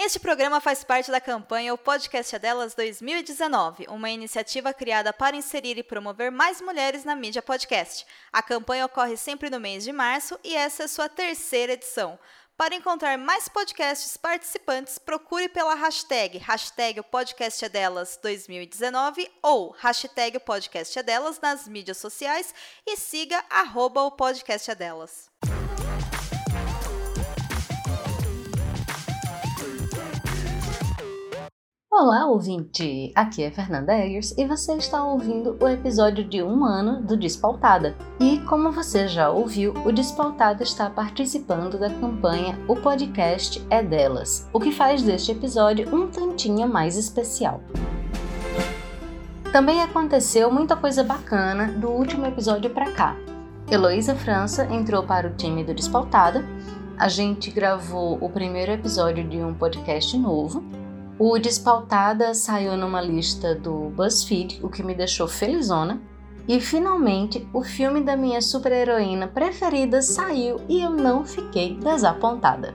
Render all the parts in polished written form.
Este programa faz parte da campanha O Podcast é Delas 2019, uma iniciativa criada para inserir e promover mais mulheres na mídia podcast. A campanha ocorre sempre no mês de março e essa é sua terceira edição. Para encontrar mais podcasts participantes, procure pela hashtag O Podcast é Delas 2019 ou hashtag O Podcast é Delas nas mídias sociais e siga @O Podcast é Delas. Olá, ouvinte! Aqui é Fernanda Eggers e você está ouvindo o episódio de 1 ano do Despautada. E como você já ouviu, o Despautada está participando da campanha O Podcast é Delas, o que faz deste episódio um tantinho mais especial. Também aconteceu muita coisa bacana do último episódio para cá. Heloísa França entrou para o time do Despautada, a gente gravou o primeiro episódio de um podcast novo. O Despautada saiu numa lista do BuzzFeed, o que me deixou felizona. E finalmente, o filme da minha super-heroína preferida saiu e eu não fiquei desapontada.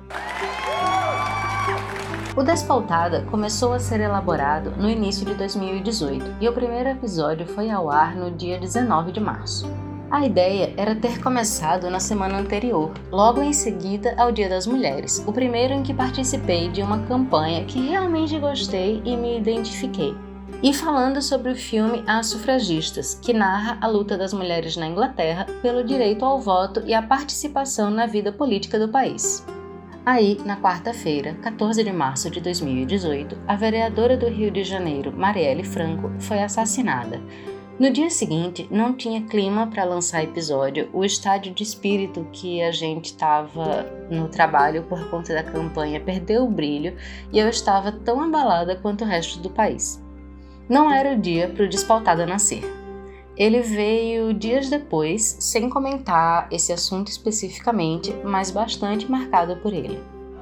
O Despautada começou a ser elaborado no início de 2018 e o primeiro episódio foi ao ar no dia 19 de março. A ideia era ter começado na semana anterior, logo em seguida ao Dia das Mulheres, o primeiro em que participei de uma campanha que realmente gostei e me identifiquei. E falando sobre o filme As Sufragistas, que narra a luta das mulheres na Inglaterra pelo direito ao voto e a participação na vida política do país. Aí, na quarta-feira, 14 de março de 2018, a vereadora do Rio de Janeiro, Marielle Franco, foi assassinada. No dia seguinte, não tinha clima para lançar episódio, o estado de espírito que a gente estava no trabalho por conta da campanha perdeu o brilho e eu estava tão abalada quanto o resto do país. Não era o dia para o Despautada nascer. Ele veio dias depois, sem comentar esse assunto especificamente, mas bastante marcado por ele.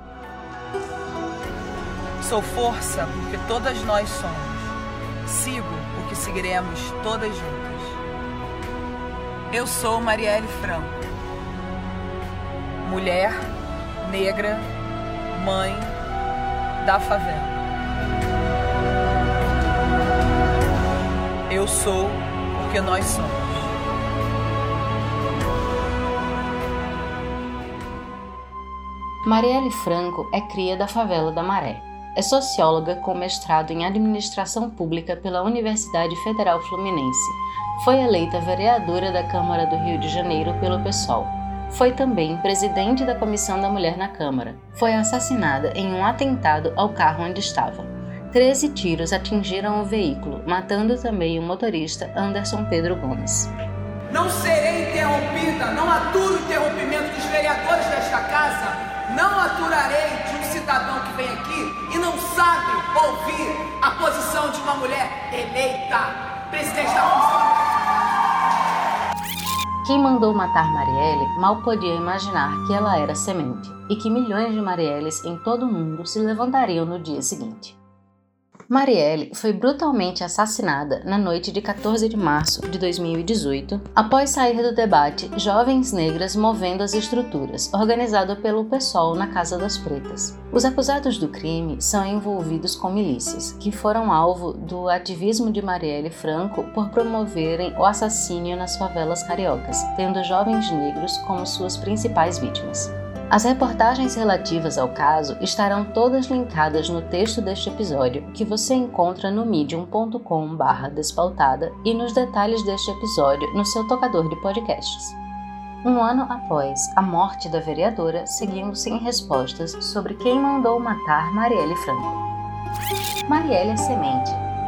Sou força porque todas nós somos. Sigo que seguiremos todas juntas. Eu sou Marielle Franco, mulher, negra, mãe da favela. Eu sou porque nós somos. Marielle Franco é cria da favela da Maré. É socióloga com mestrado em Administração Pública pela Universidade Federal Fluminense. Foi eleita vereadora da Câmara do Rio de Janeiro pelo PSOL. Foi também presidente da Comissão da Mulher na Câmara. Foi assassinada em um atentado ao carro onde estava. 13 tiros atingiram o veículo, matando também o motorista Anderson Pedro Gomes. Não serei interrompida, não aturo o interrompimento dos vereadores desta casa. Não aturarei de um cidadão que vem aqui e não sabe ouvir a posição de uma mulher eleita, presidente da Comissão. Quem mandou matar Marielle mal podia imaginar que ela era semente e que milhões de Marielles em todo o mundo se levantariam no dia seguinte. Marielle foi brutalmente assassinada na noite de 14 de março de 2018, após sair do debate Jovens Negras Movendo as Estruturas, organizado pelo PSOL na Casa das Pretas. Os acusados do crime são envolvidos com milícias, que foram alvo do ativismo de Marielle Franco por promoverem o assassínio nas favelas cariocas, tendo jovens negros como suas principais vítimas. As reportagens relativas ao caso estarão todas linkadas no texto deste episódio, que você encontra no medium.com/despautada e nos detalhes deste episódio no seu tocador de podcasts. Um ano após a morte da vereadora, seguimos sem respostas sobre quem mandou matar Marielle Franco. Marielle é semente.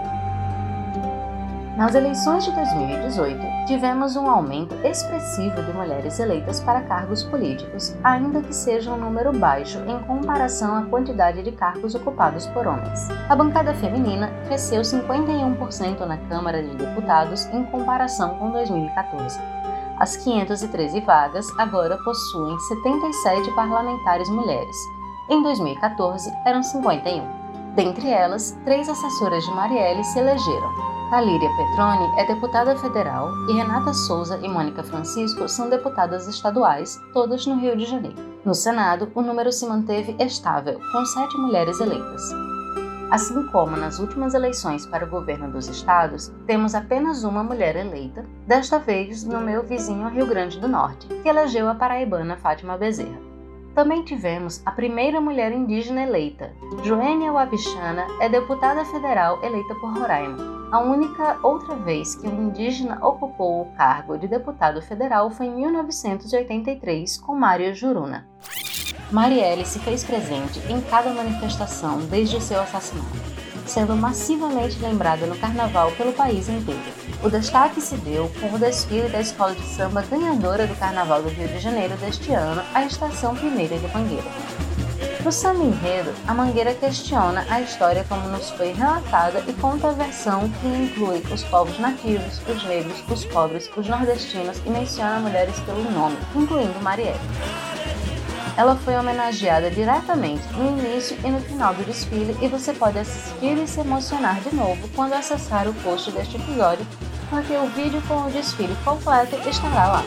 Nas eleições de 2018, tivemos um aumento expressivo de mulheres eleitas para cargos políticos, ainda que seja um número baixo em comparação à quantidade de cargos ocupados por homens. A bancada feminina cresceu 51% na Câmara de Deputados em comparação com 2014. As 513 vagas agora possuem 77 parlamentares mulheres. Em 2014, eram 51. Dentre elas, 3 assessoras de Marielle se elegeram. Talíria Petroni é deputada federal e Renata Souza e Mônica Francisco são deputadas estaduais, todas no Rio de Janeiro. No Senado, o número se manteve estável, com 7 mulheres eleitas. Assim como nas últimas eleições para o governo dos estados, temos apenas uma mulher eleita, desta vez no meu vizinho Rio Grande do Norte, que elegeu a paraibana Fátima Bezerra. Também tivemos a primeira mulher indígena eleita. Joênia Wapichana é deputada federal eleita por Roraima. A única outra vez que um indígena ocupou o cargo de deputado federal foi em 1983, com Mário Juruna. Marielle se fez presente em cada manifestação desde o seu assassinato, sendo massivamente lembrada no carnaval pelo país inteiro. O destaque se deu com o desfile da escola de samba ganhadora do Carnaval do Rio de Janeiro deste ano, a Estação Primeira de Mangueira. No samba enredo, a Mangueira questiona a história como nos foi relatada e conta a versão que inclui os povos nativos, os negros, os pobres, os nordestinos e menciona mulheres pelo nome, incluindo Marielle. Ela foi homenageada diretamente no início e no final do desfile e você pode assistir e se emocionar de novo quando acessar o post deste episódio, porque o vídeo com o desfile completo estará lá.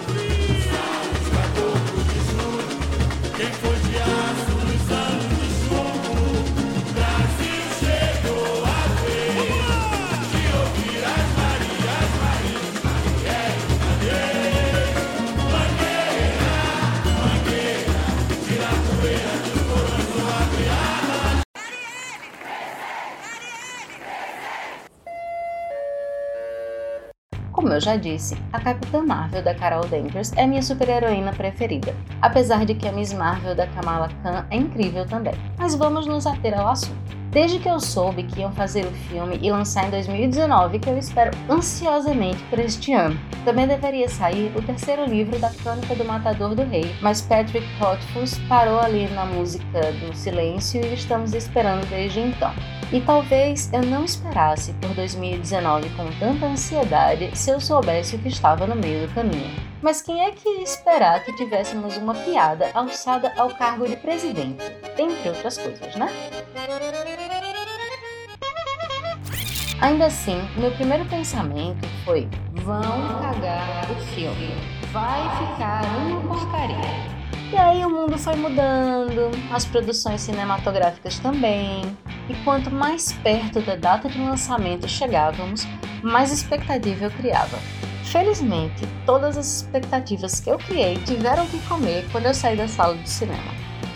Como eu já disse, a Capitã Marvel da Carol Danvers é minha super-heroína preferida, apesar de que a Miss Marvel da Kamala Khan é incrível também. Mas vamos nos ater ao assunto. Desde que eu soube que iam fazer o filme e lançar em 2019, que eu espero ansiosamente por este ano. Também deveria sair o 3º livro da Crônica do Matador do Rei, mas Patrick Rothfuss parou ali na música do silêncio e estamos esperando desde então. E talvez eu não esperasse por 2019 com tanta ansiedade se eu soubesse o que estava no meio do caminho. Mas quem é que ia esperar que tivéssemos uma piada alçada ao cargo de presidente? Entre outras coisas, né? Ainda assim, meu primeiro pensamento foi: vão cagar o filme, vai ficar uma porcaria. E aí o mundo foi mudando, as produções cinematográficas também, e quanto mais perto da data de lançamento chegávamos, mais expectativa eu criava. Felizmente, todas as expectativas que eu criei tiveram que comer quando eu saí da sala de cinema.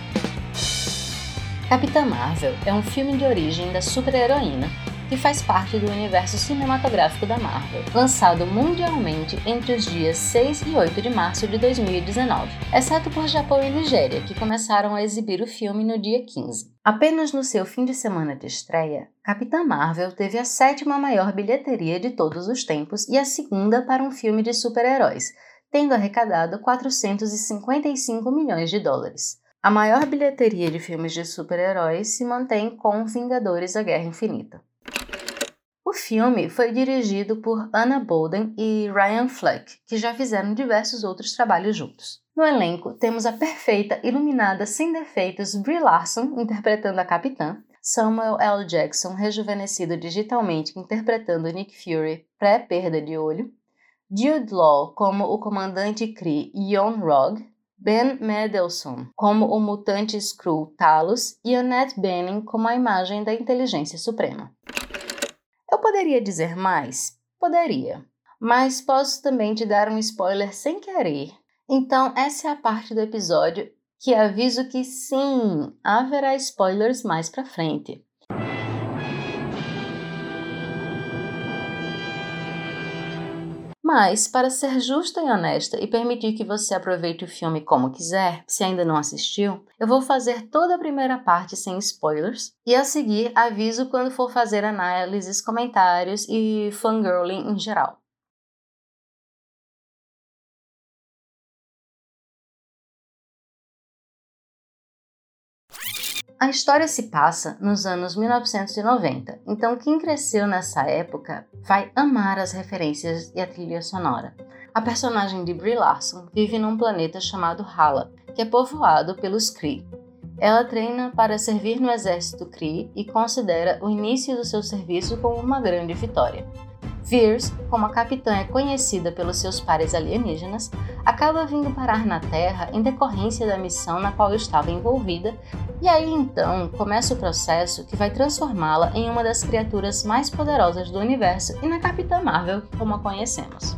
Capitã Marvel é um filme de origem da super-heroína que faz parte do universo cinematográfico da Marvel, lançado mundialmente entre os dias 6 e 8 de março de 2019, exceto por Japão e Nigéria, que começaram a exibir o filme no dia 15. Apenas no seu fim de semana de estreia, Capitã Marvel teve a 7ª maior bilheteria de todos os tempos e a 2ª para um filme de super-heróis, tendo arrecadado 455 milhões de dólares. A maior bilheteria de filmes de super-heróis se mantém com Vingadores: A Guerra Infinita. O filme foi dirigido por Anna Boden e Ryan Fleck, que já fizeram diversos outros trabalhos juntos. No elenco, temos a perfeita, iluminada, sem defeitos Brie Larson interpretando a Capitã, Samuel L. Jackson rejuvenescido digitalmente interpretando Nick Fury pré-perda de olho, Jude Law como o comandante Kree Yon-Rogg, Ben Mendelsohn como o mutante Skrull Talos e Annette Bening como a imagem da inteligência suprema. Eu poderia dizer mais? Poderia. Mas posso também te dar um spoiler sem querer. Então essa é a parte do episódio que aviso que sim, haverá spoilers mais pra frente. Mas, para ser justa e honesta e permitir que você aproveite o filme como quiser, se ainda não assistiu, eu vou fazer toda a primeira parte sem spoilers e a seguir aviso quando for fazer análises, comentários e fangirling em geral. A história se passa nos anos 1990, então quem cresceu nessa época vai amar as referências e a trilha sonora. A personagem de Brie Larson vive num planeta chamado Hala, que é povoado pelos Kree. Ela treina para servir no exército Kree e considera o início do seu serviço como uma grande vitória. Vers, como a capitã é conhecida pelos seus pares alienígenas, acaba vindo parar na Terra em decorrência da missão na qual estava envolvida, e aí então começa o processo que vai transformá-la em uma das criaturas mais poderosas do universo e na Capitã Marvel como a conhecemos.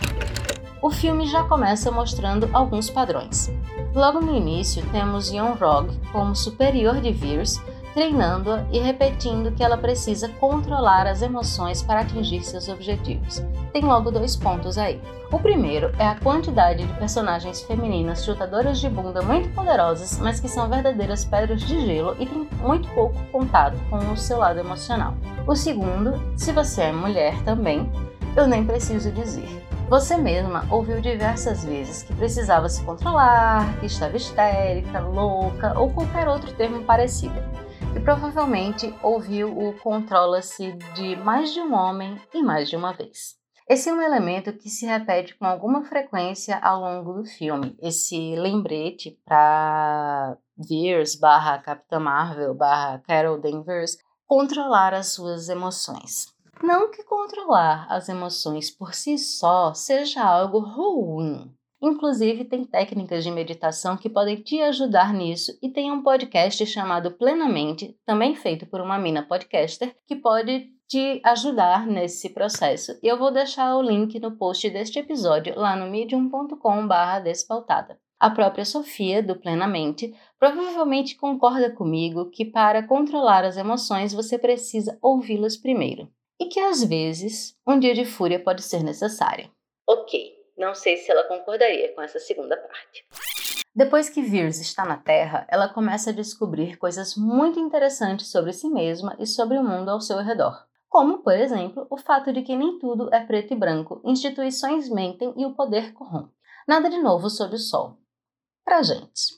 O filme já começa mostrando alguns padrões. Logo no início, temos Yon-Rogg como superior de Vers, treinando-a e repetindo que ela precisa controlar as emoções para atingir seus objetivos. Tem logo 2 pontos aí. O primeiro é a quantidade de personagens femininas chutadoras de bunda muito poderosas, mas que são verdadeiras pedras de gelo e têm muito pouco contato com o seu lado emocional. O segundo, se você é mulher também, eu nem preciso dizer. Você mesma ouviu diversas vezes que precisava se controlar, que estava histérica, louca ou qualquer outro termo parecido. E provavelmente ouviu o controla-se de mais de um homem e mais de uma vez. Esse é um elemento que se repete com alguma frequência ao longo do filme. Esse lembrete para Vers / Capitã Marvel / Carol Danvers controlar as suas emoções. Não que controlar as emoções por si só seja algo ruim. Inclusive, tem técnicas de meditação que podem te ajudar nisso e tem um podcast chamado Plenamente, também feito por uma mina podcaster, que pode te ajudar nesse processo. E eu vou deixar o link no post deste episódio lá no medium.com/despautada. A própria Sofia, do Plenamente, provavelmente concorda comigo que para controlar as emoções você precisa ouvi-las primeiro. E que às vezes um dia de fúria pode ser necessário. Ok, não sei se ela concordaria com essa segunda parte. Depois que Vers está na Terra, ela começa a descobrir coisas muito interessantes sobre si mesma e sobre o mundo ao seu redor. Como, por exemplo, o fato de que nem tudo é preto e branco, instituições mentem e o poder corrompe. Nada de novo sob o sol. Pra gente.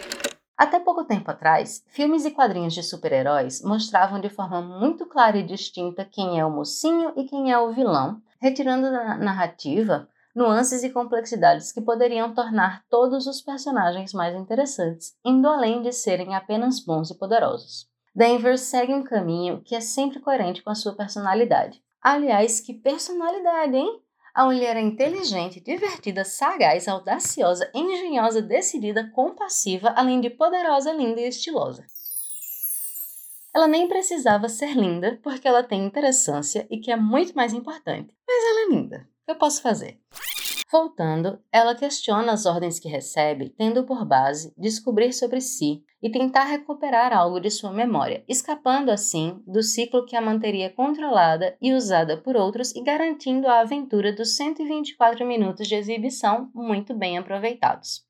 Até pouco tempo atrás, filmes e quadrinhos de super-heróis mostravam de forma muito clara e distinta quem é o mocinho e quem é o vilão, retirando da narrativa nuances e complexidades que poderiam tornar todos os personagens mais interessantes, indo além de serem apenas bons e poderosos. Danvers segue um caminho que é sempre coerente com a sua personalidade. Aliás, que personalidade, hein? A mulher é inteligente, divertida, sagaz, audaciosa, engenhosa, decidida, compassiva, além de poderosa, linda e estilosa. Ela nem precisava ser linda, porque ela tem interessância e que é muito mais importante. Mas ela é linda. O que eu posso fazer? Voltando, ela questiona as ordens que recebe, tendo por base descobrir sobre si e tentar recuperar algo de sua memória, escapando assim do ciclo que a manteria controlada e usada por outros e garantindo a aventura dos 124 minutos de exibição muito bem aproveitados.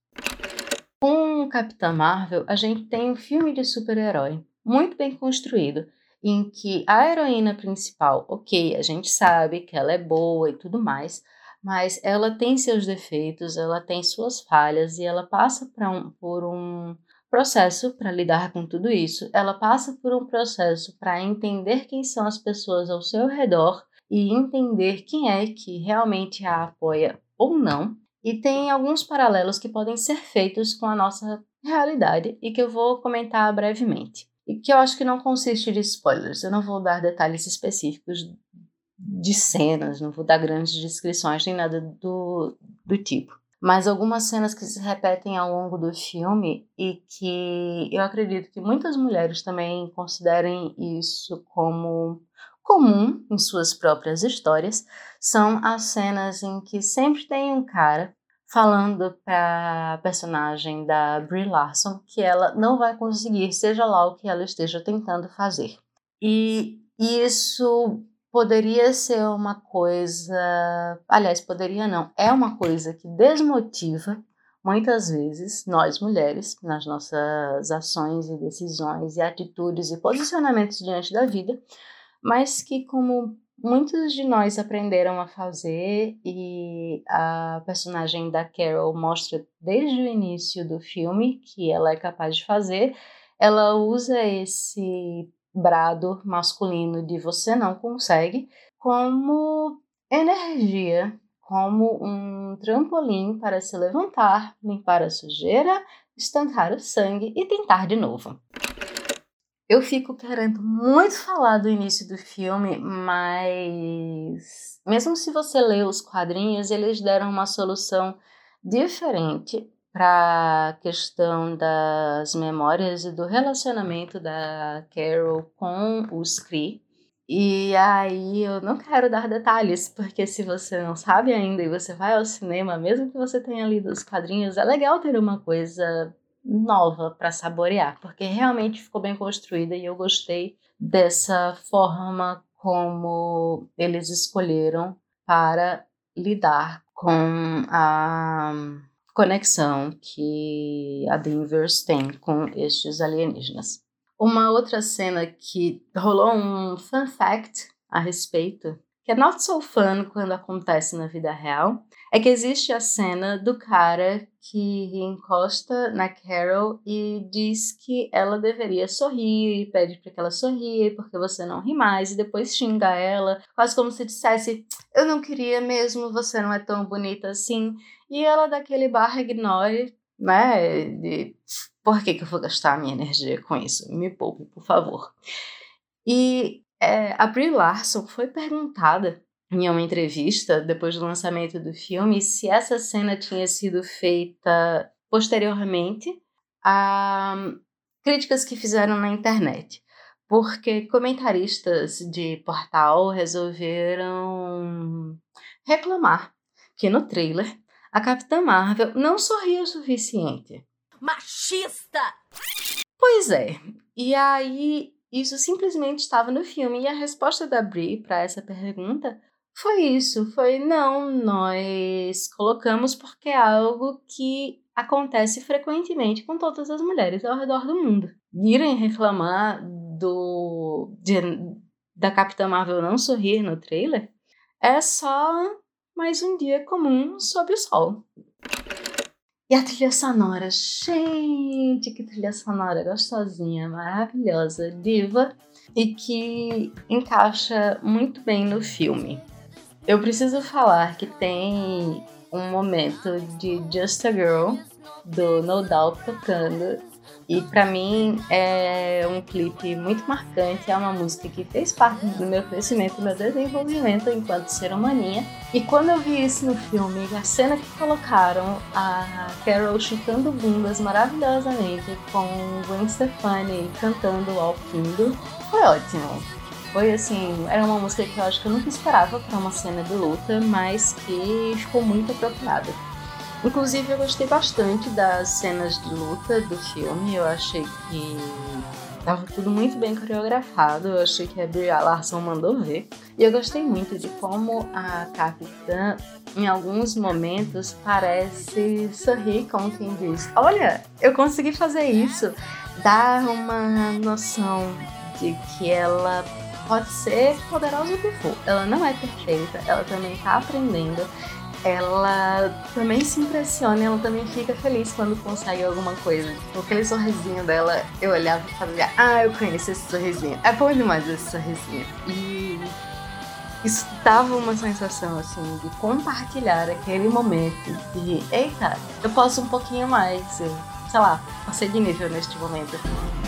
Com Capitã Marvel, a gente tem um filme de super-herói muito bem construído, em que a heroína principal, ok, a gente sabe que ela é boa e tudo mais, mas ela tem seus defeitos, ela tem suas falhas e ela passa por um processo para lidar com tudo isso. Ela passa por um processo para entender quem são as pessoas ao seu redor e entender quem é que realmente a apoia ou não. E tem alguns paralelos que podem ser feitos com a nossa realidade e que eu vou comentar brevemente. E que eu acho que não consiste de spoilers, eu não vou dar detalhes específicos de cenas, não vou dar grandes descrições nem nada do tipo. Mas algumas cenas que se repetem ao longo do filme e que eu acredito que muitas mulheres também considerem isso como comum em suas próprias histórias, são as cenas em que sempre tem um cara falando para a personagem da Brie Larson que ela não vai conseguir, seja lá o que ela esteja tentando fazer. E isso poderia ser uma coisa, aliás, poderia não, é uma coisa que desmotiva muitas vezes nós mulheres nas nossas ações e decisões e atitudes e posicionamentos diante da vida, mas que como muitos de nós aprenderam a fazer e a personagem da Carol mostra desde o início do filme que ela é capaz de fazer, ela usa esse brado masculino de você não consegue como energia, como um trampolim para se levantar, limpar a sujeira, estancar o sangue e tentar de novo. Eu fico querendo muito falar do início do filme, mas mesmo se você ler os quadrinhos, eles deram uma solução diferente para a questão das memórias e do relacionamento da Carol com os Kree. E aí eu não quero dar detalhes, porque se você não sabe ainda e você vai ao cinema, mesmo que você tenha lido os quadrinhos, é legal ter uma coisa nova para saborear, porque realmente ficou bem construída e eu gostei dessa forma como eles escolheram para lidar com a conexão que a Danvers tem com estes alienígenas. Uma outra cena que rolou um fun fact a respeito, que é not so fun quando acontece na vida real, é que existe a cena do cara que encosta na Carol e diz que ela deveria sorrir, e pede para que ela sorria porque você não ri mais, e depois xinga ela, quase como se dissesse, eu não queria mesmo, você não é tão bonita assim, e ela dá aquele barra ignore, né, de por que eu vou gastar a minha energia com isso? Me poupe, por favor. E a Brie Larson foi perguntada em uma entrevista, depois do lançamento do filme, se essa cena tinha sido feita posteriormente a críticas que fizeram na internet. Porque comentaristas de portal resolveram reclamar que no trailer a Capitã Marvel não sorria o suficiente. Machista! Pois é, e aí isso simplesmente estava no filme, e a resposta da Brie para essa pergunta foi isso, foi não, nós colocamos porque é algo que acontece frequentemente com todas as mulheres ao redor do mundo. Irem reclamar da Capitã Marvel não sorrir no trailer é só mais um dia comum sob o sol. E a trilha sonora, gente, que trilha sonora gostosinha, maravilhosa, diva, e que encaixa muito bem no filme. Eu preciso falar que tem um momento de Just a Girl, do No Doubt tocando, e pra mim é um clipe muito marcante, é uma música que fez parte do meu crescimento, do meu desenvolvimento enquanto ser humaninha. E quando eu vi isso no filme, a cena que colocaram a Carol chutando bundas maravilhosamente com Gwen Stefani cantando Walkindo, foi ótimo. Foi assim, era uma música que eu acho que eu nunca esperava para uma cena de luta, mas que ficou muito apropriada. Inclusive, eu gostei bastante das cenas de luta do filme. Eu achei que estava tudo muito bem coreografado. Eu achei que a Brie Larson mandou ver. E eu gostei muito de como a Capitã, em alguns momentos, parece sorrir como quem diz: olha, eu consegui fazer isso. Dá uma noção de que ela pode ser poderosa o que for. Ela não é perfeita, ela também está aprendendo. Ela também se impressiona, ela também fica feliz quando consegue alguma coisa. Tipo, aquele sorrisinho dela, eu olhava e fazia, eu conheço esse sorrisinho. É bom demais esse sorrisinho. E isso dava uma sensação, assim, de compartilhar aquele momento de, eita, eu posso um pouquinho mais, sei lá, passei de nível neste momento.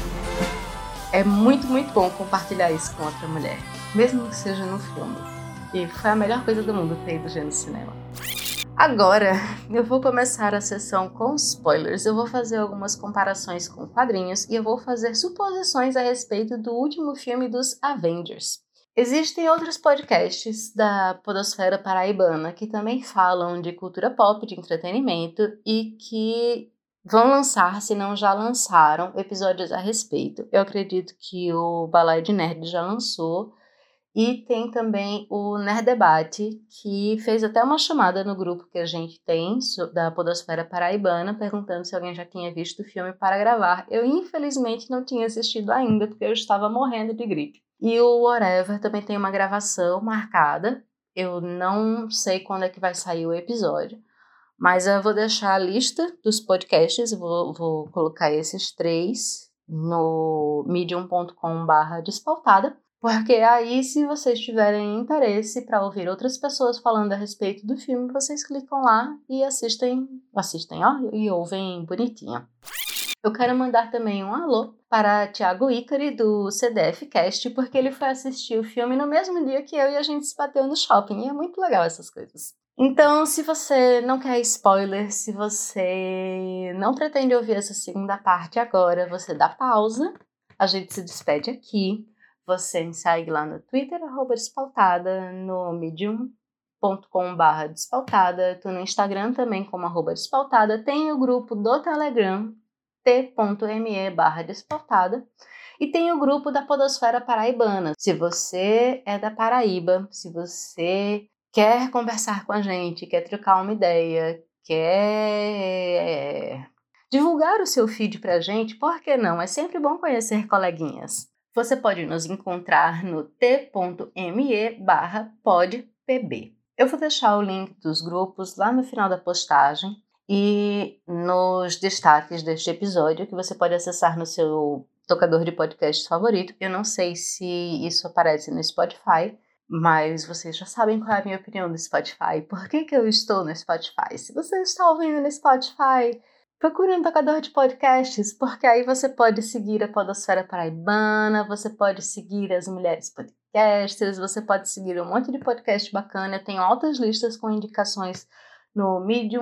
É muito, muito bom compartilhar isso com outra mulher, mesmo que seja no filme. E foi a melhor coisa do mundo ter ido ver no cinema. Agora, eu vou começar a sessão com spoilers. Eu vou fazer algumas comparações com quadrinhos e eu vou fazer suposições a respeito do último filme dos Avengers. Existem outros podcasts da podosfera paraibana que também falam de cultura pop, de entretenimento e que vão lançar, se não já lançaram, episódios a respeito. Eu acredito que o Balaio de Nerd já lançou. E tem também o Nerd Debate, que fez até uma chamada no grupo que a gente tem da podosfera paraibana, perguntando se alguém já tinha visto o filme para gravar. Eu, infelizmente, não tinha assistido ainda, porque eu estava morrendo de gripe. E o Whatever também tem uma gravação marcada. Eu não sei quando é que vai sair o episódio, mas eu vou deixar a lista dos podcasts, vou colocar esses 3 no medium.com/despautada. Porque aí, se vocês tiverem interesse para ouvir outras pessoas falando a respeito do filme, vocês clicam lá e assistem, e ouvem bonitinho. Eu quero mandar também um alô para Thiago Icari, do CDF Cast, porque ele foi assistir o filme no mesmo dia que eu e a gente se bateu no shopping. E é muito legal essas coisas. Então, se você não quer spoiler, se você não pretende ouvir essa segunda parte agora, você dá pausa, a gente se despede aqui. Você me segue lá no Twitter, @despautada, no medium.com/despautada, tô no Instagram também como @despautada, tem o grupo do Telegram, t.me/despautada, e tem o grupo da Podosfera Paraibana. Se você é da Paraíba, se você quer conversar com a gente, quer trocar uma ideia, quer divulgar o seu feed pra gente, por que não? É sempre bom conhecer coleguinhas. Você pode nos encontrar no t.me/podpb. Eu vou deixar o link dos grupos lá no final da postagem e nos destaques deste episódio, que você pode acessar no seu tocador de podcast favorito. Eu não sei se isso aparece no Spotify, mas vocês já sabem qual é a minha opinião do Spotify. Por que eu estou no Spotify? Se você está ouvindo no Spotify, procure um tocador de podcasts, porque aí você pode seguir a Podosfera Paraibana, você pode seguir as mulheres podcasters, você pode seguir um monte de podcast bacana. Eu tenho altas listas com indicações no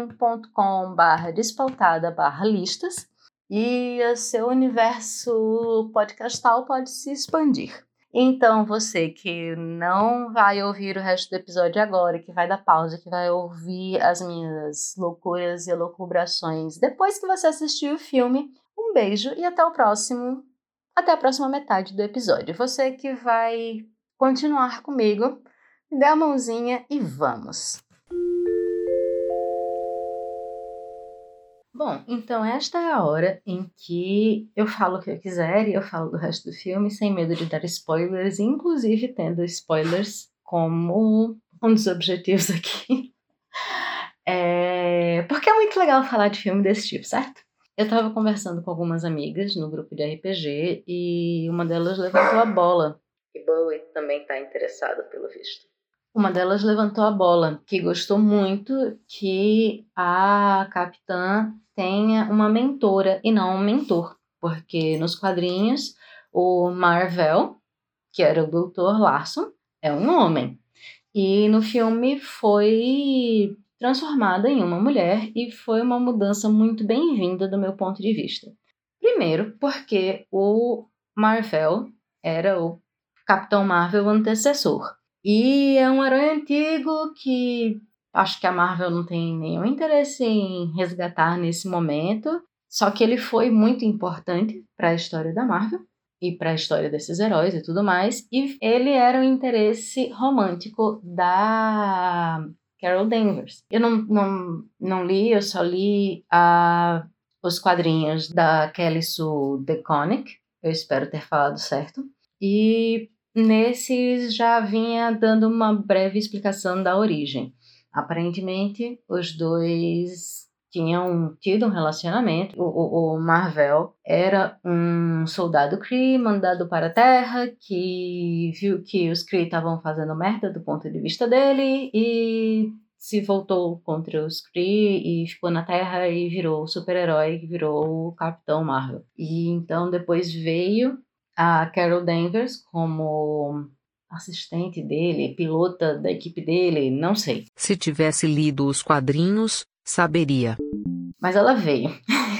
medium.com/despautada/listas, e o seu universo podcastal pode se expandir. Então, você que não vai ouvir o resto do episódio agora, que vai dar pausa, que vai ouvir as minhas loucuras e elucubrações depois que você assistir o filme, um beijo e até a próxima metade do episódio. Você que vai continuar comigo, me dê a mãozinha e vamos! Bom, então esta é a hora em que eu falo o que eu quiser e eu falo do resto do filme sem medo de dar spoilers, inclusive tendo spoilers como um dos objetivos aqui. Porque é muito legal falar de filme desse tipo, certo? Eu estava conversando com algumas amigas no grupo de RPG e uma delas levantou a bola. E Bowie também está interessada, pelo visto. Uma delas levantou a bola, que gostou muito que a capitã tenha uma mentora e não um mentor, porque nos quadrinhos o Mar-Vell, que era o Dr. Larson, é um homem, e no filme foi transformada em uma mulher e foi uma mudança muito bem-vinda do meu ponto de vista. Primeiro, porque o Mar-Vell era o Capitão Marvel antecessor. E é um herói antigo que acho que a Marvel não tem nenhum interesse em resgatar nesse momento. Só que ele foi muito importante para a história da Marvel e para a história desses heróis e tudo mais. E ele era o interesse romântico da Carol Danvers. Eu não li, eu só li os quadrinhos da Kelly Sue DeConnick. Eu espero ter falado certo. E nesses já vinha dando uma breve explicação da origem. Aparentemente, os dois tinham tido um relacionamento. O Mar-Vell era um soldado Kree mandado para a Terra que viu que os Kree estavam fazendo merda do ponto de vista dele e se voltou contra os Kree e ficou na Terra e virou super-herói, virou o Capitão Marvel. E então depois veio a Carol Danvers como assistente dele, pilota da equipe dele, não sei. Se tivesse lido os quadrinhos, saberia. Mas ela veio.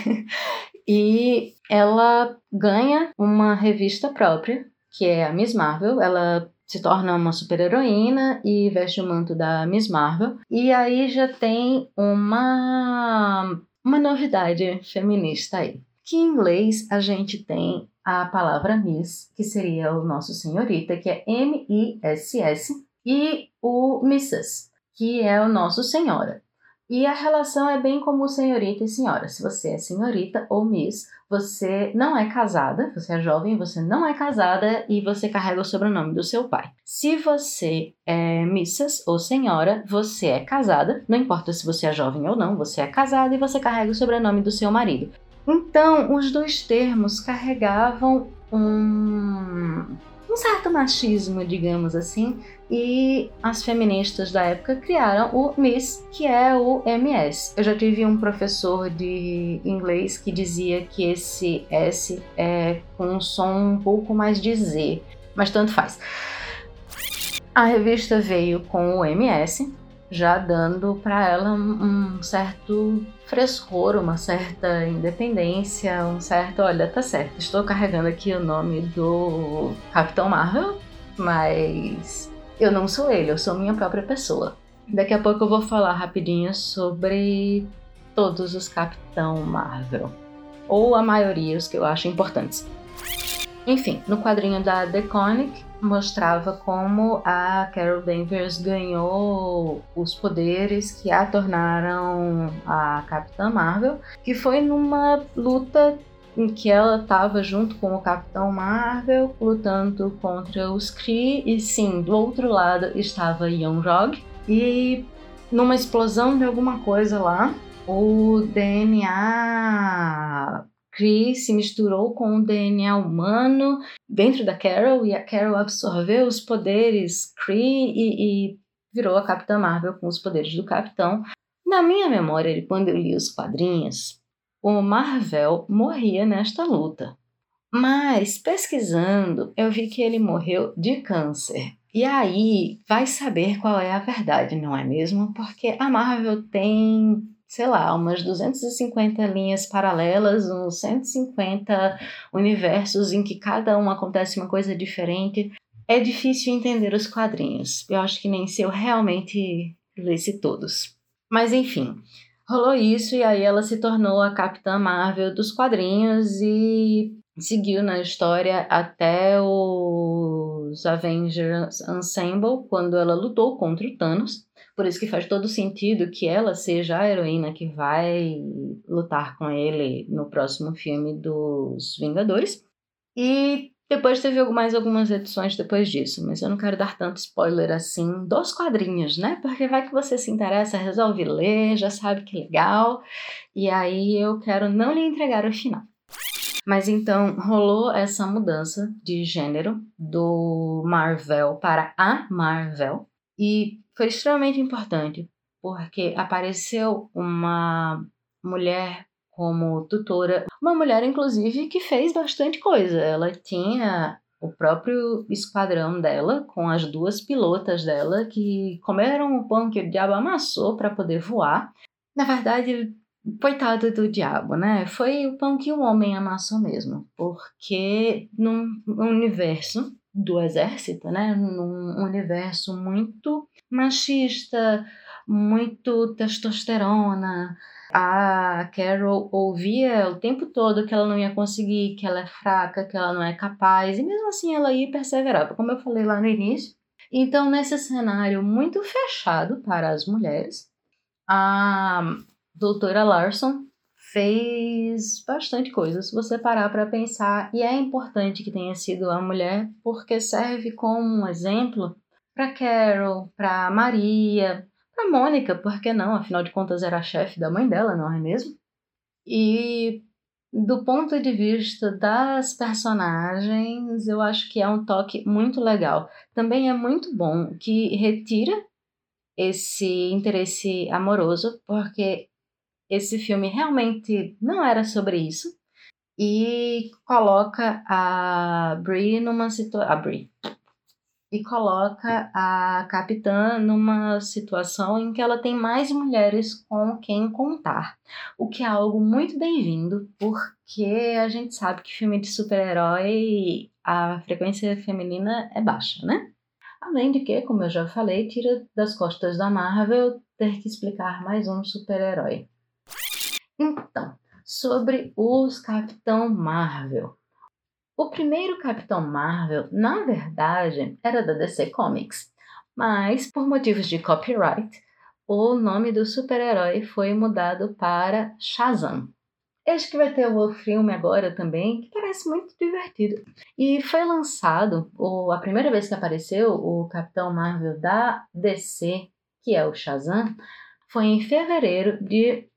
E ela ganha uma revista própria, que é a Miss Marvel. Ela se torna uma super-heroína e veste o manto da Miss Marvel. E aí já tem uma novidade feminista aí. Que em inglês a gente tem a palavra Miss, que seria o nosso senhorita, que é M-I-S-S, e o Mrs., que é o nosso senhora. E a relação é bem como senhorita e senhora. Se você é senhorita ou Miss, você não é casada, você é jovem, você não é casada e você carrega o sobrenome do seu pai. Se você é Mrs. ou senhora, você é casada, não importa se você é jovem ou não, você é casada e você carrega o sobrenome do seu marido. Então, os dois termos carregavam um certo machismo, digamos assim, e as feministas da época criaram o Miss, que é o MS. Eu já tive um professor de inglês que dizia que esse S é com um som um pouco mais de Z, mas tanto faz. A revista veio com o MS, já dando para ela um certo frescor, uma certa independência, um certo, olha, tá certo, estou carregando aqui o nome do Capitão Marvel, mas eu não sou ele, eu sou minha própria pessoa. Daqui a pouco eu vou falar rapidinho sobre todos os Capitão Marvel, ou a maioria, os que eu acho importantes. Enfim, no quadrinho da DeConnick mostrava como a Carol Danvers ganhou os poderes que a tornaram a Capitã Marvel, que foi numa luta em que ela estava junto com o Capitão Marvel lutando contra os Kree, e sim, do outro lado estava Young-Rog, e numa explosão de alguma coisa lá, o DNA Kree se misturou com o DNA humano dentro da Carol, e a Carol absorveu os poderes Kree e virou a Capitã Marvel com os poderes do Capitão. Na minha memória, quando eu li os quadrinhos, o Marvel morria nesta luta. Mas, pesquisando, eu vi que ele morreu de câncer. E aí, vai saber qual é a verdade, não é mesmo? Porque a Marvel tem, sei lá, umas 250 linhas paralelas, uns 150 universos em que cada um acontece uma coisa diferente. É difícil entender os quadrinhos. Eu acho que nem se eu realmente lesse todos. Mas enfim, rolou isso e aí ela se tornou a Capitã Marvel dos quadrinhos e seguiu na história até os Avengers Ensemble, quando ela lutou contra o Thanos. Por isso que faz todo sentido que ela seja a heroína que vai lutar com ele no próximo filme dos Vingadores. E depois teve mais algumas edições depois disso, mas eu não quero dar tanto spoiler assim dos quadrinhos, né? Porque vai que você se interessa, resolve ler, já sabe que legal, e aí eu quero não lhe entregar o final. Mas então rolou essa mudança de gênero do Marvel para a Marvel, e foi extremamente importante, porque apareceu uma mulher como tutora, uma mulher inclusive que fez bastante coisa. Ela tinha o próprio esquadrão dela, com as duas pilotas dela, que comeram o pão que o diabo amassou para poder voar. Na verdade, coitado do diabo, né? Foi o pão que o homem amassou mesmo, porque num universo do exército, né? Num universo muito machista, muito testosterona, a Carol ouvia o tempo todo que ela não ia conseguir, que ela é fraca, que ela não é capaz, e mesmo assim ela ia perseverar, como eu falei lá no início. Então, nesse cenário muito fechado para as mulheres, a doutora Larson fez bastante coisa, se você parar para pensar, e é importante que tenha sido a mulher, porque serve como um exemplo para Carol, para Maria, para Mônica, por que não? Afinal de contas era a chefe da mãe dela, não é mesmo? E do ponto de vista das personagens, eu acho que é um toque muito legal. Também é muito bom que retira esse interesse amoroso, porque esse filme realmente não era sobre isso, e coloca a Brie numa situação... E coloca a capitã numa situação em que ela tem mais mulheres com quem contar. O que é algo muito bem-vindo, porque a gente sabe que filme de super-herói, a frequência feminina é baixa, né? Além de que, como eu já falei, tira das costas da Marvel ter que explicar mais um super-herói. Então, sobre os Capitão Marvel. O primeiro Capitão Marvel, na verdade, era da DC Comics, mas por motivos de copyright, o nome do super-herói foi mudado para Shazam. Acho que vai ter o filme agora também, que parece muito divertido. E foi lançado, a primeira vez que apareceu o Capitão Marvel da DC, que é o Shazam, foi em fevereiro de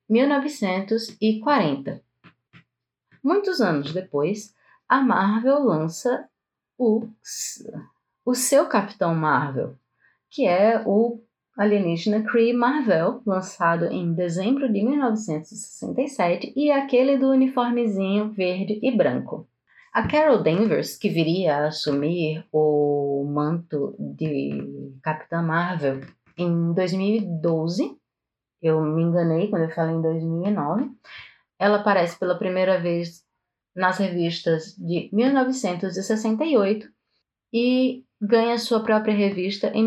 1940. Muitos anos depois, a Marvel lança o seu Capitão Marvel, que é o alienígena Kree Marvel, lançado em dezembro de 1967, e aquele do uniformezinho verde e branco. A Carol Danvers, que viria a assumir o manto de Capitã Marvel em 2012, eu me enganei quando eu falei em 2009, ela aparece pela primeira vez nas revistas de 1968 e ganha sua própria revista em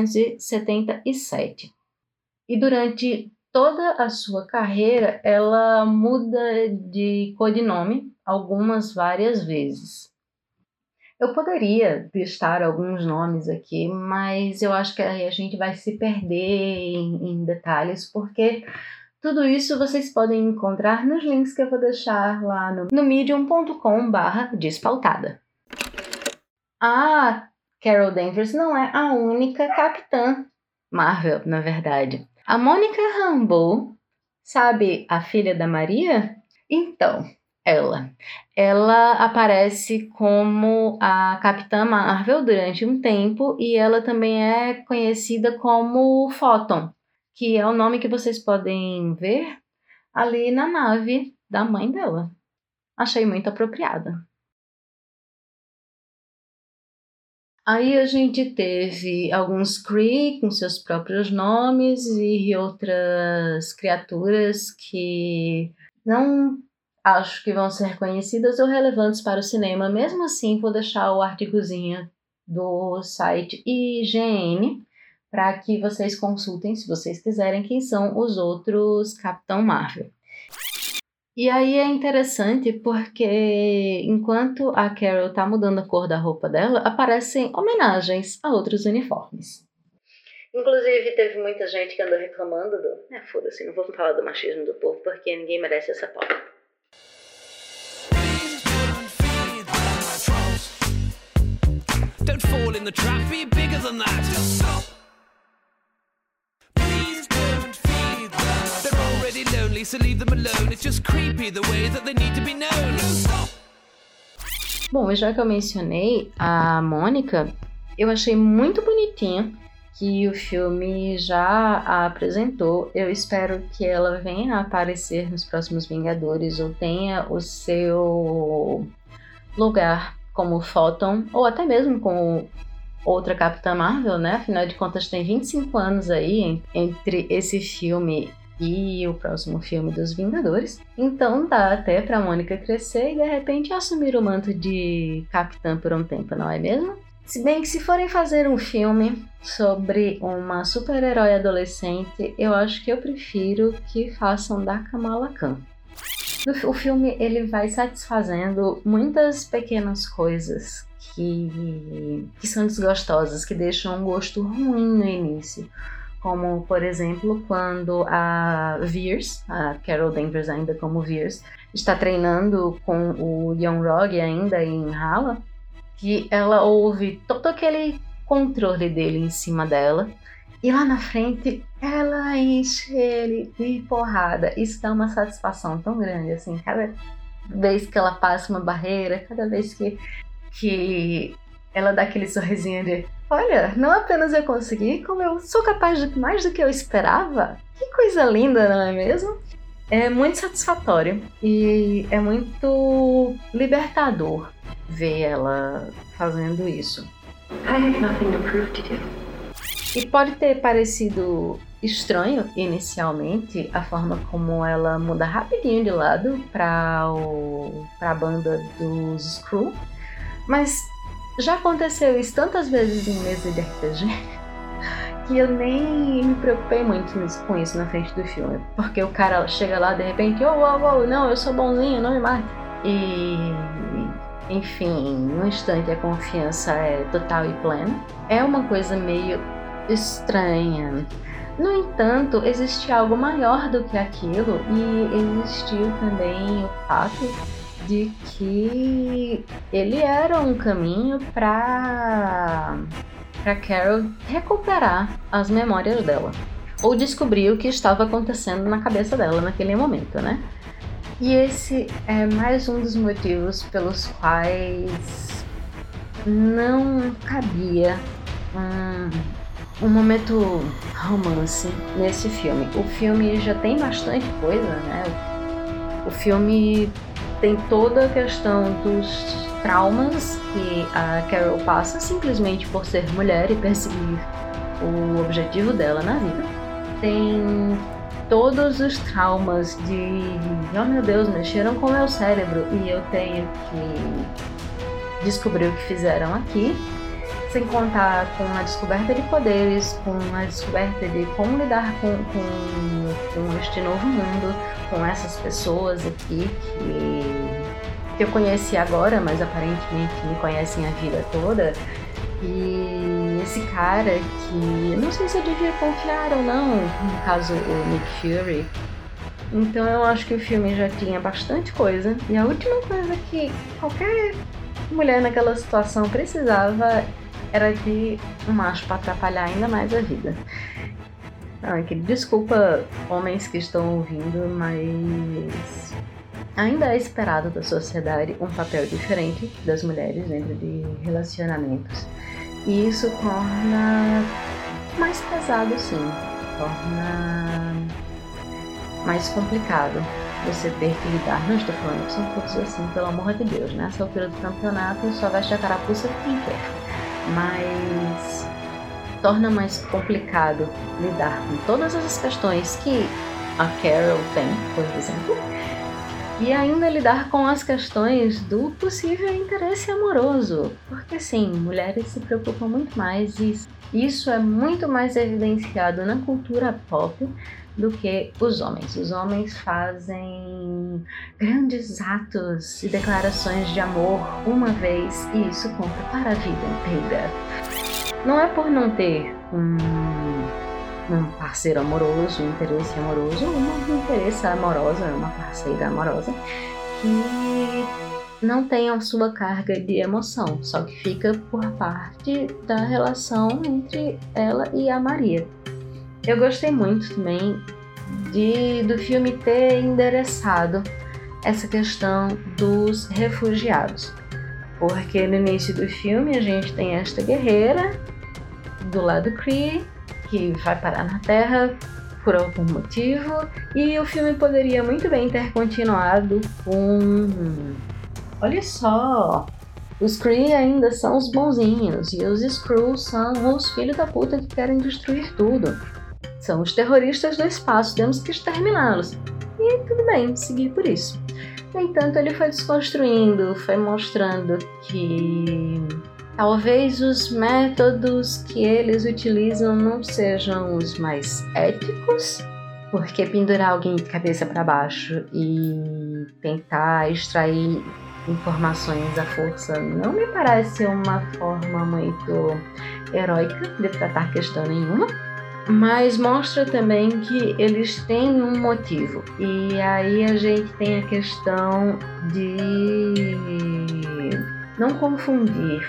1977. E durante toda a sua carreira, ela muda de codinome várias vezes. Eu poderia listar alguns nomes aqui, mas eu acho que a gente vai se perder em detalhes, porque tudo isso vocês podem encontrar nos links que eu vou deixar lá no medium.com/despautada. A Carol Danvers não é a única Capitã Marvel, na verdade. A Monica Rambeau, sabe a filha da Maria? Então, ela aparece como a Capitã Marvel durante um tempo e ela também é conhecida como Photon, que é o nome que vocês podem ver ali na nave da mãe dela. Achei muito apropriada. Aí a gente teve alguns Kree com seus próprios nomes e outras criaturas que não acho que vão ser conhecidas ou relevantes para o cinema. Mesmo assim, vou deixar o artigozinho do site IGN para que vocês consultem, se vocês quiserem, quem são os outros Capitão Marvel. E aí é interessante porque enquanto a Carol tá mudando a cor da roupa dela, aparecem homenagens a outros uniformes. Inclusive, teve muita gente que andou reclamando do... foda-se, não vou falar do machismo do povo porque ninguém merece essa pauta. Don't fall in the trap, be bigger than that. Just stop. Please don't feed them. They're already lonely, so leave them alone. It's just creepy the way that they need to be known. Stop. Bom, já que eu mencionei a Mônica, eu achei muito bonitinho que o filme já a apresentou. Eu espero que ela venha a aparecer nos próximos Vingadores ou tenha o seu lugar como Photon, ou até mesmo como outra Capitã Marvel, né? Afinal de contas, tem 25 anos aí entre esse filme e o próximo filme dos Vingadores. Então dá até pra Mônica crescer e de repente assumir o manto de Capitã por um tempo, não é mesmo? Se bem que se forem fazer um filme sobre uma super-herói adolescente, eu acho que eu prefiro que façam da Kamala Khan. O filme ele vai satisfazendo muitas pequenas coisas que são desgostosas, que deixam um gosto ruim no início. Como, por exemplo, quando a Veers, a Carol Danvers ainda como Veers, está treinando com o Young-Rogue ainda em Hala, que ela ouve todo aquele controle dele em cima dela, e lá na frente ela enche ele de porrada. Isso dá uma satisfação tão grande, assim, cada vez que ela passa uma barreira, cada vez que ela dá aquele sorrisinho de olha, não apenas eu consegui, como eu sou capaz de mais do que eu esperava. Que coisa linda, não é mesmo? É muito satisfatório e é muito libertador ver ela fazendo isso. I have nothing to prove to you. E pode ter parecido estranho inicialmente a forma como ela muda rapidinho de lado para a banda dos Skrull, mas já aconteceu isso tantas vezes em mesa de RPG que eu nem me preocupei muito com isso na frente do filme, porque o cara chega lá de repente, não, eu sou bonzinho, não me mate. E enfim, no instante a confiança é total e plena. É uma coisa meio estranha. No entanto, existe algo maior do que aquilo e existiu também o fato de que ele era um caminho para Carol recuperar as memórias dela ou descobrir o que estava acontecendo na cabeça dela naquele momento, né? E esse é mais um dos motivos pelos quais não cabia um momento romance nesse filme. O filme já tem bastante coisa, né? O filme tem toda a questão dos traumas que a Carol passa simplesmente por ser mulher e perseguir o objetivo dela na vida. Tem todos os traumas de, oh meu Deus, mexeram com o meu cérebro e eu tenho que descobrir o que fizeram aqui, sem contar com a descoberta de poderes, com a descoberta de como lidar com este novo mundo, com essas pessoas aqui que eu conheci agora, mas aparentemente me conhecem a vida toda. E esse cara que não sei se eu devia confiar ou não, no caso o Nick Fury. Então eu acho que o filme já tinha bastante coisa, e a última coisa que qualquer mulher naquela situação precisava era de um macho para atrapalhar ainda mais a vida. Desculpa, homens que estão ouvindo, mas ainda é esperado da sociedade um papel diferente das mulheres dentro de relacionamentos. E isso torna mais pesado, sim. Torna mais complicado você ter que lidar. Não estou falando que são todos assim, pelo amor de Deus, né? Essa altura do campeonato só veste a carapuça quem quer. Mas torna mais complicado lidar com todas essas questões que a Carol tem, por exemplo, e ainda lidar com as questões do possível interesse amoroso, porque sim, mulheres se preocupam muito mais e isso é muito mais evidenciado na cultura pop do que os homens. Os homens fazem grandes atos e declarações de amor uma vez e isso conta para a vida inteira. Não é por não ter um parceiro amoroso, um interesse amoroso, uma interesse amorosa, uma parceira amorosa, que não tem a sua carga de emoção, só que fica por parte da relação entre ela e a Maria. Eu gostei muito também do filme ter endereçado essa questão dos refugiados, porque no início do filme a gente tem esta guerreira do lado Kree, que vai parar na Terra por algum motivo, e o filme poderia muito bem ter continuado com... Olha só, os Kree ainda são os bonzinhos, e os Skrulls são os filhos da puta que querem destruir tudo. São os terroristas do espaço, temos que exterminá-los. E tudo bem, seguir por isso. No entanto, ele foi desconstruindo, foi mostrando que talvez os métodos que eles utilizam não sejam os mais éticos, porque pendurar alguém de cabeça para baixo e tentar extrair informações à força não me parece uma forma muito heróica de tratar questão nenhuma, mas mostra também que eles têm um motivo. E aí a gente tem a questão de não confundir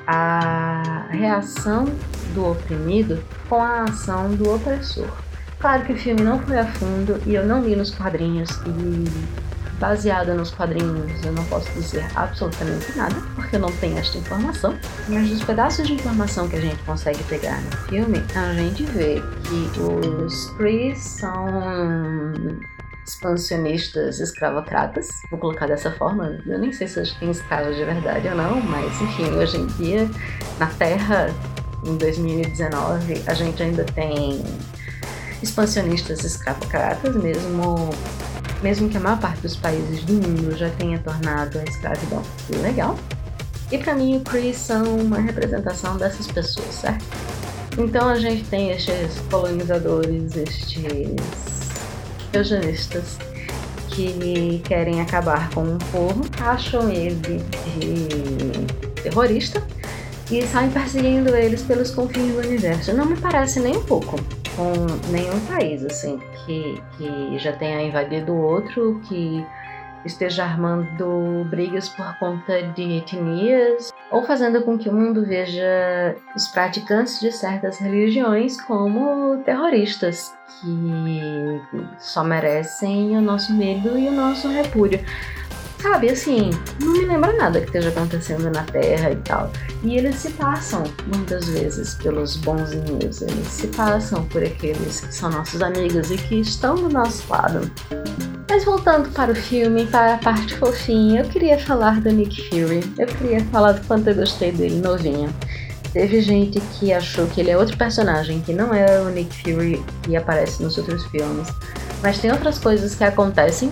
a reação do oprimido com a ação do opressor. Claro que o filme não foi a fundo e eu não li nos quadrinhos, e baseada nos quadrinhos eu não posso dizer absolutamente nada, porque eu não tenho esta informação, mas dos pedaços de informação que a gente consegue pegar no filme, a gente vê que os Kree são expansionistas escravocratas, vou colocar dessa forma. Eu nem sei se hoje tem escravos de verdade ou não, mas enfim, hoje em dia, na Terra, em 2019, a gente ainda tem expansionistas escravocratas, mesmo que a maior parte dos países do mundo já tenha tornado a escravidão ilegal. E pra mim, o Kree são uma representação dessas pessoas, certo? Então a gente tem estes colonizadores, estes eugenistas que querem acabar com um povo, acham ele de terrorista e saem perseguindo eles pelos confins do universo. Não me parece nem um pouco com nenhum país assim que já tenha invadido o outro, que esteja armando brigas por conta de etnias, ou fazendo com que o mundo veja os praticantes de certas religiões como terroristas, que só merecem o nosso medo e o nosso repúdio. sabe, assim, não me lembra nada que esteja acontecendo na Terra e tal. E eles se passam, muitas vezes, pelos bonzinhos. Eles se passam por aqueles que são nossos amigos e que estão do nosso lado. Mas voltando para o filme, para a parte fofinha, eu queria falar do Nick Fury. Eu queria falar do quanto eu gostei dele novinho. Teve gente que achou que ele é outro personagem, que não é o Nick Fury que aparece nos outros filmes. Mas tem outras coisas que acontecem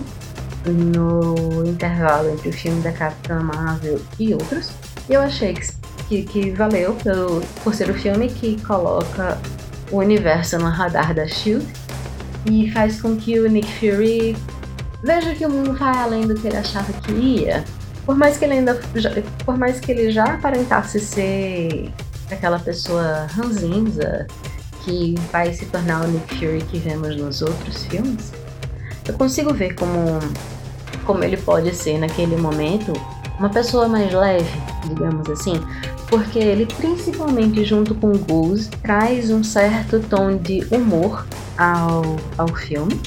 no intervalo entre o filme da Capitã Marvel e outros. E eu achei que valeu por ser o filme que coloca o universo no radar da S.H.I.E.L.D. e faz com que o Nick Fury veja que o mundo vai além do que ele achava que ia. Por mais que ele já aparentasse ser aquela pessoa ranzinza que vai se tornar o Nick Fury que vemos nos outros filmes, eu consigo ver como ele pode ser naquele momento uma pessoa mais leve, digamos assim, porque ele, principalmente junto com o Goose, traz um certo tom de humor ao filme,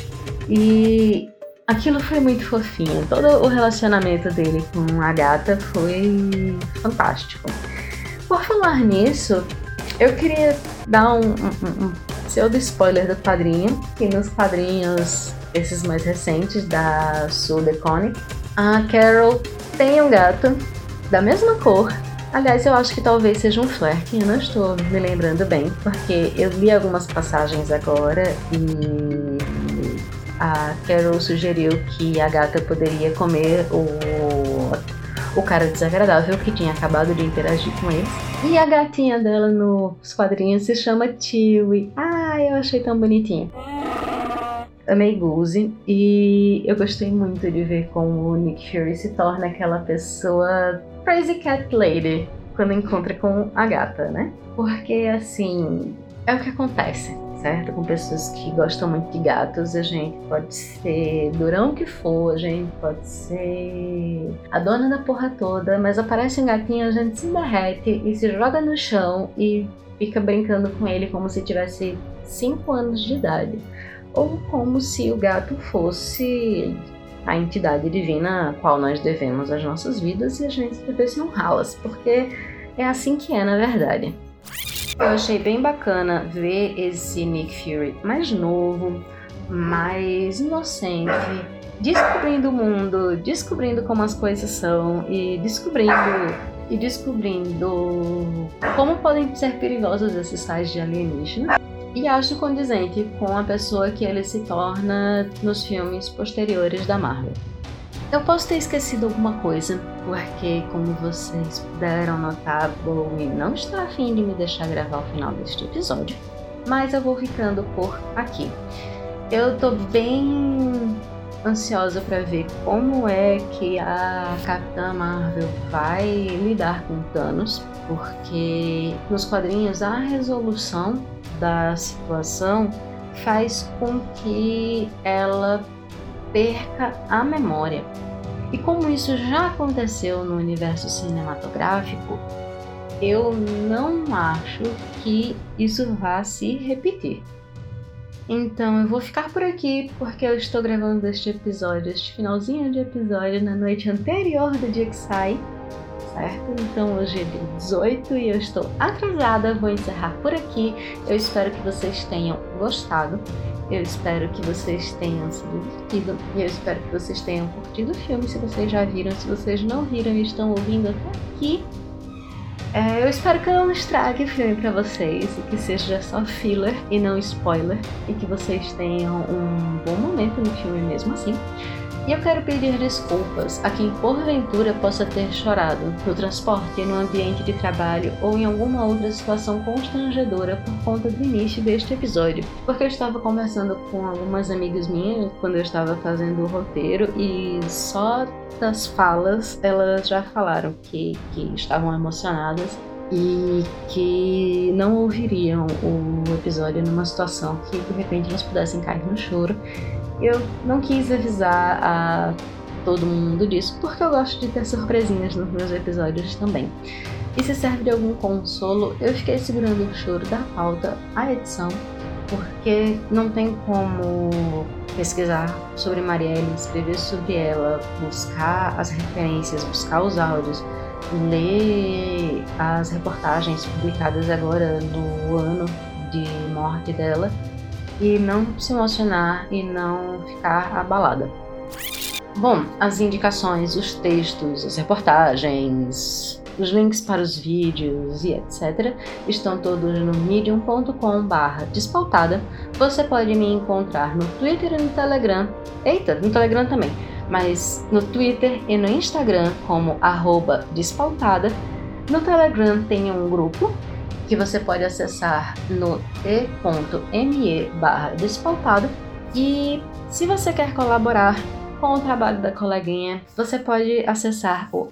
e aquilo foi muito fofinho. Todo o relacionamento dele com a gata foi fantástico. Por falar nisso, eu queria dar um pseudo spoiler do quadrinho, que nos quadrinhos esses mais recentes da Sue DeConnick, a Carol tem um gato da mesma cor. Aliás, eu acho que talvez seja um flerte, eu não estou me lembrando bem, porque eu li algumas passagens agora e a Carol sugeriu que a gata poderia comer o cara desagradável que tinha acabado de interagir com eles. E a gatinha dela nos quadrinhos se chama Chewie. Eu achei tão bonitinha. Amei Goose e eu gostei muito de ver como o Nick Fury se torna aquela pessoa Crazy Cat Lady quando encontra com a gata, né? Porque, assim, é o que acontece, certo? Com pessoas que gostam muito de gatos, a gente pode ser durão que for, a gente pode ser a dona da porra toda, mas aparece um gatinho, a gente se derrete e se joga no chão e fica brincando com ele como se tivesse 5 anos de idade. Ou como se o gato fosse a entidade divina a qual nós devemos as nossas vidas e a gente devesse honrá-las, porque é assim que é na verdade. Eu achei bem bacana ver esse Nick Fury mais novo, mais inocente, descobrindo o mundo, descobrindo como as coisas são e descobrindo como podem ser perigosos esses sais de alienígena. E acho condizente com a pessoa que ele se torna nos filmes posteriores da Marvel. Eu posso ter esquecido alguma coisa, porque, como vocês puderam notar, Bowie não está a fim de me deixar gravar o final deste episódio, mas eu vou ficando por aqui. Eu tô bem ansiosa para ver como é que a Capitã Marvel vai lidar com Thanos, porque nos quadrinhos a resolução da situação faz com que ela perca a memória. E como isso já aconteceu no universo cinematográfico, eu não acho que isso vá se repetir. Então eu vou ficar por aqui porque eu estou gravando este finalzinho de episódio na noite anterior do dia que sai, certo? Então hoje é dia 18 e eu estou atrasada, vou encerrar por aqui. Eu espero que vocês tenham gostado, eu espero que vocês tenham se divertido e eu espero que vocês tenham curtido o filme, se vocês já viram, se vocês não viram e estão ouvindo até aqui. Eu espero que eu não estrague o filme pra vocês e que seja só filler e não spoiler e que vocês tenham um bom momento no filme mesmo assim. E eu quero pedir desculpas a quem porventura possa ter chorado no transporte, no ambiente de trabalho ou em alguma outra situação constrangedora por conta do início deste episódio, porque eu estava conversando com algumas amigas minhas quando eu estava fazendo o roteiro e só das falas elas já falaram que estavam emocionadas e que não ouviriam o episódio numa situação que de repente elas pudessem cair no choro. Eu não quis avisar a todo mundo disso, porque eu gosto de ter surpresinhas nos meus episódios também. E se serve de algum consolo, eu fiquei segurando o choro da pauta à edição, porque não tem como pesquisar sobre Marielle, escrever sobre ela, buscar as referências, buscar os áudios, ler as reportagens publicadas agora no ano de morte dela e não se emocionar e não ficar abalada. Bom, as indicações, os textos, as reportagens, os links para os vídeos e etc. estão todos no medium.com/despautada. Você pode me encontrar no Twitter e no Telegram. No Telegram também. Mas no Twitter e no Instagram como @despautada. No Telegram tem um grupo que você pode acessar no t.me/despautada. E se você quer colaborar com o trabalho da coleguinha, você pode acessar o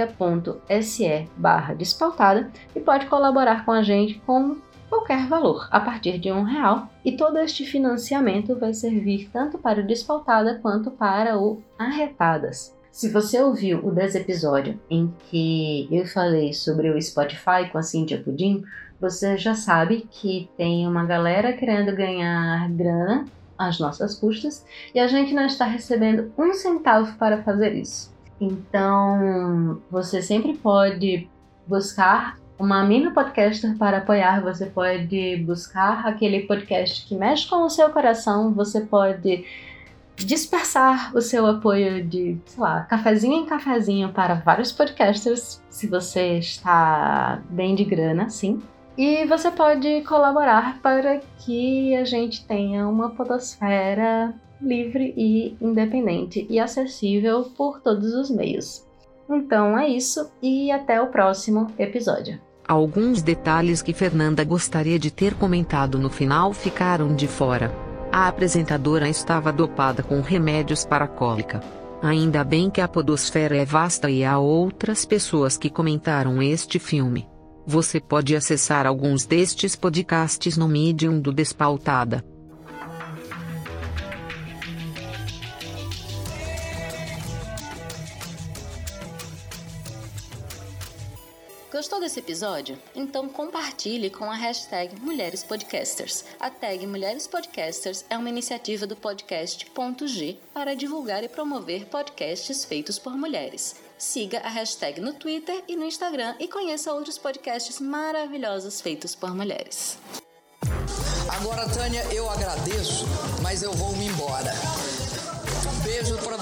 apoia.se/despautada e pode colaborar com a gente com qualquer valor, a partir de R$1, e todo este financiamento vai servir tanto para o Despautada quanto para o Arretadas. Se você ouviu o 10º episódio em que eu falei sobre o Spotify com a Cíntia Pudim, você já sabe que tem uma galera querendo ganhar grana às nossas custas, e a gente não está recebendo R$1 para fazer isso. Então, você sempre pode buscar uma mina podcaster para apoiar, você pode buscar aquele podcast que mexe com o seu coração, você pode dispersar o seu apoio de, cafezinho em cafezinho para vários podcasters, se você está bem de grana, sim. E você pode colaborar para que a gente tenha uma podosfera livre e independente e acessível por todos os meios. Então é isso e até o próximo episódio. Alguns detalhes que Fernanda gostaria de ter comentado no final ficaram de fora. A apresentadora estava dopada com remédios para a cólica. Ainda bem que a podosfera é vasta e há outras pessoas que comentaram este filme. Você pode acessar alguns destes podcasts no Medium do Despautada. Gostou desse episódio? Então compartilhe com a hashtag Mulheres Podcasters. A tag Mulheres Podcasters é uma iniciativa do podcast.g para divulgar e promover podcasts feitos por mulheres. Siga a hashtag no Twitter e no Instagram e conheça outros podcasts maravilhosos feitos por mulheres. Agora, Tânia, eu agradeço, mas eu vou me embora. Beijo pra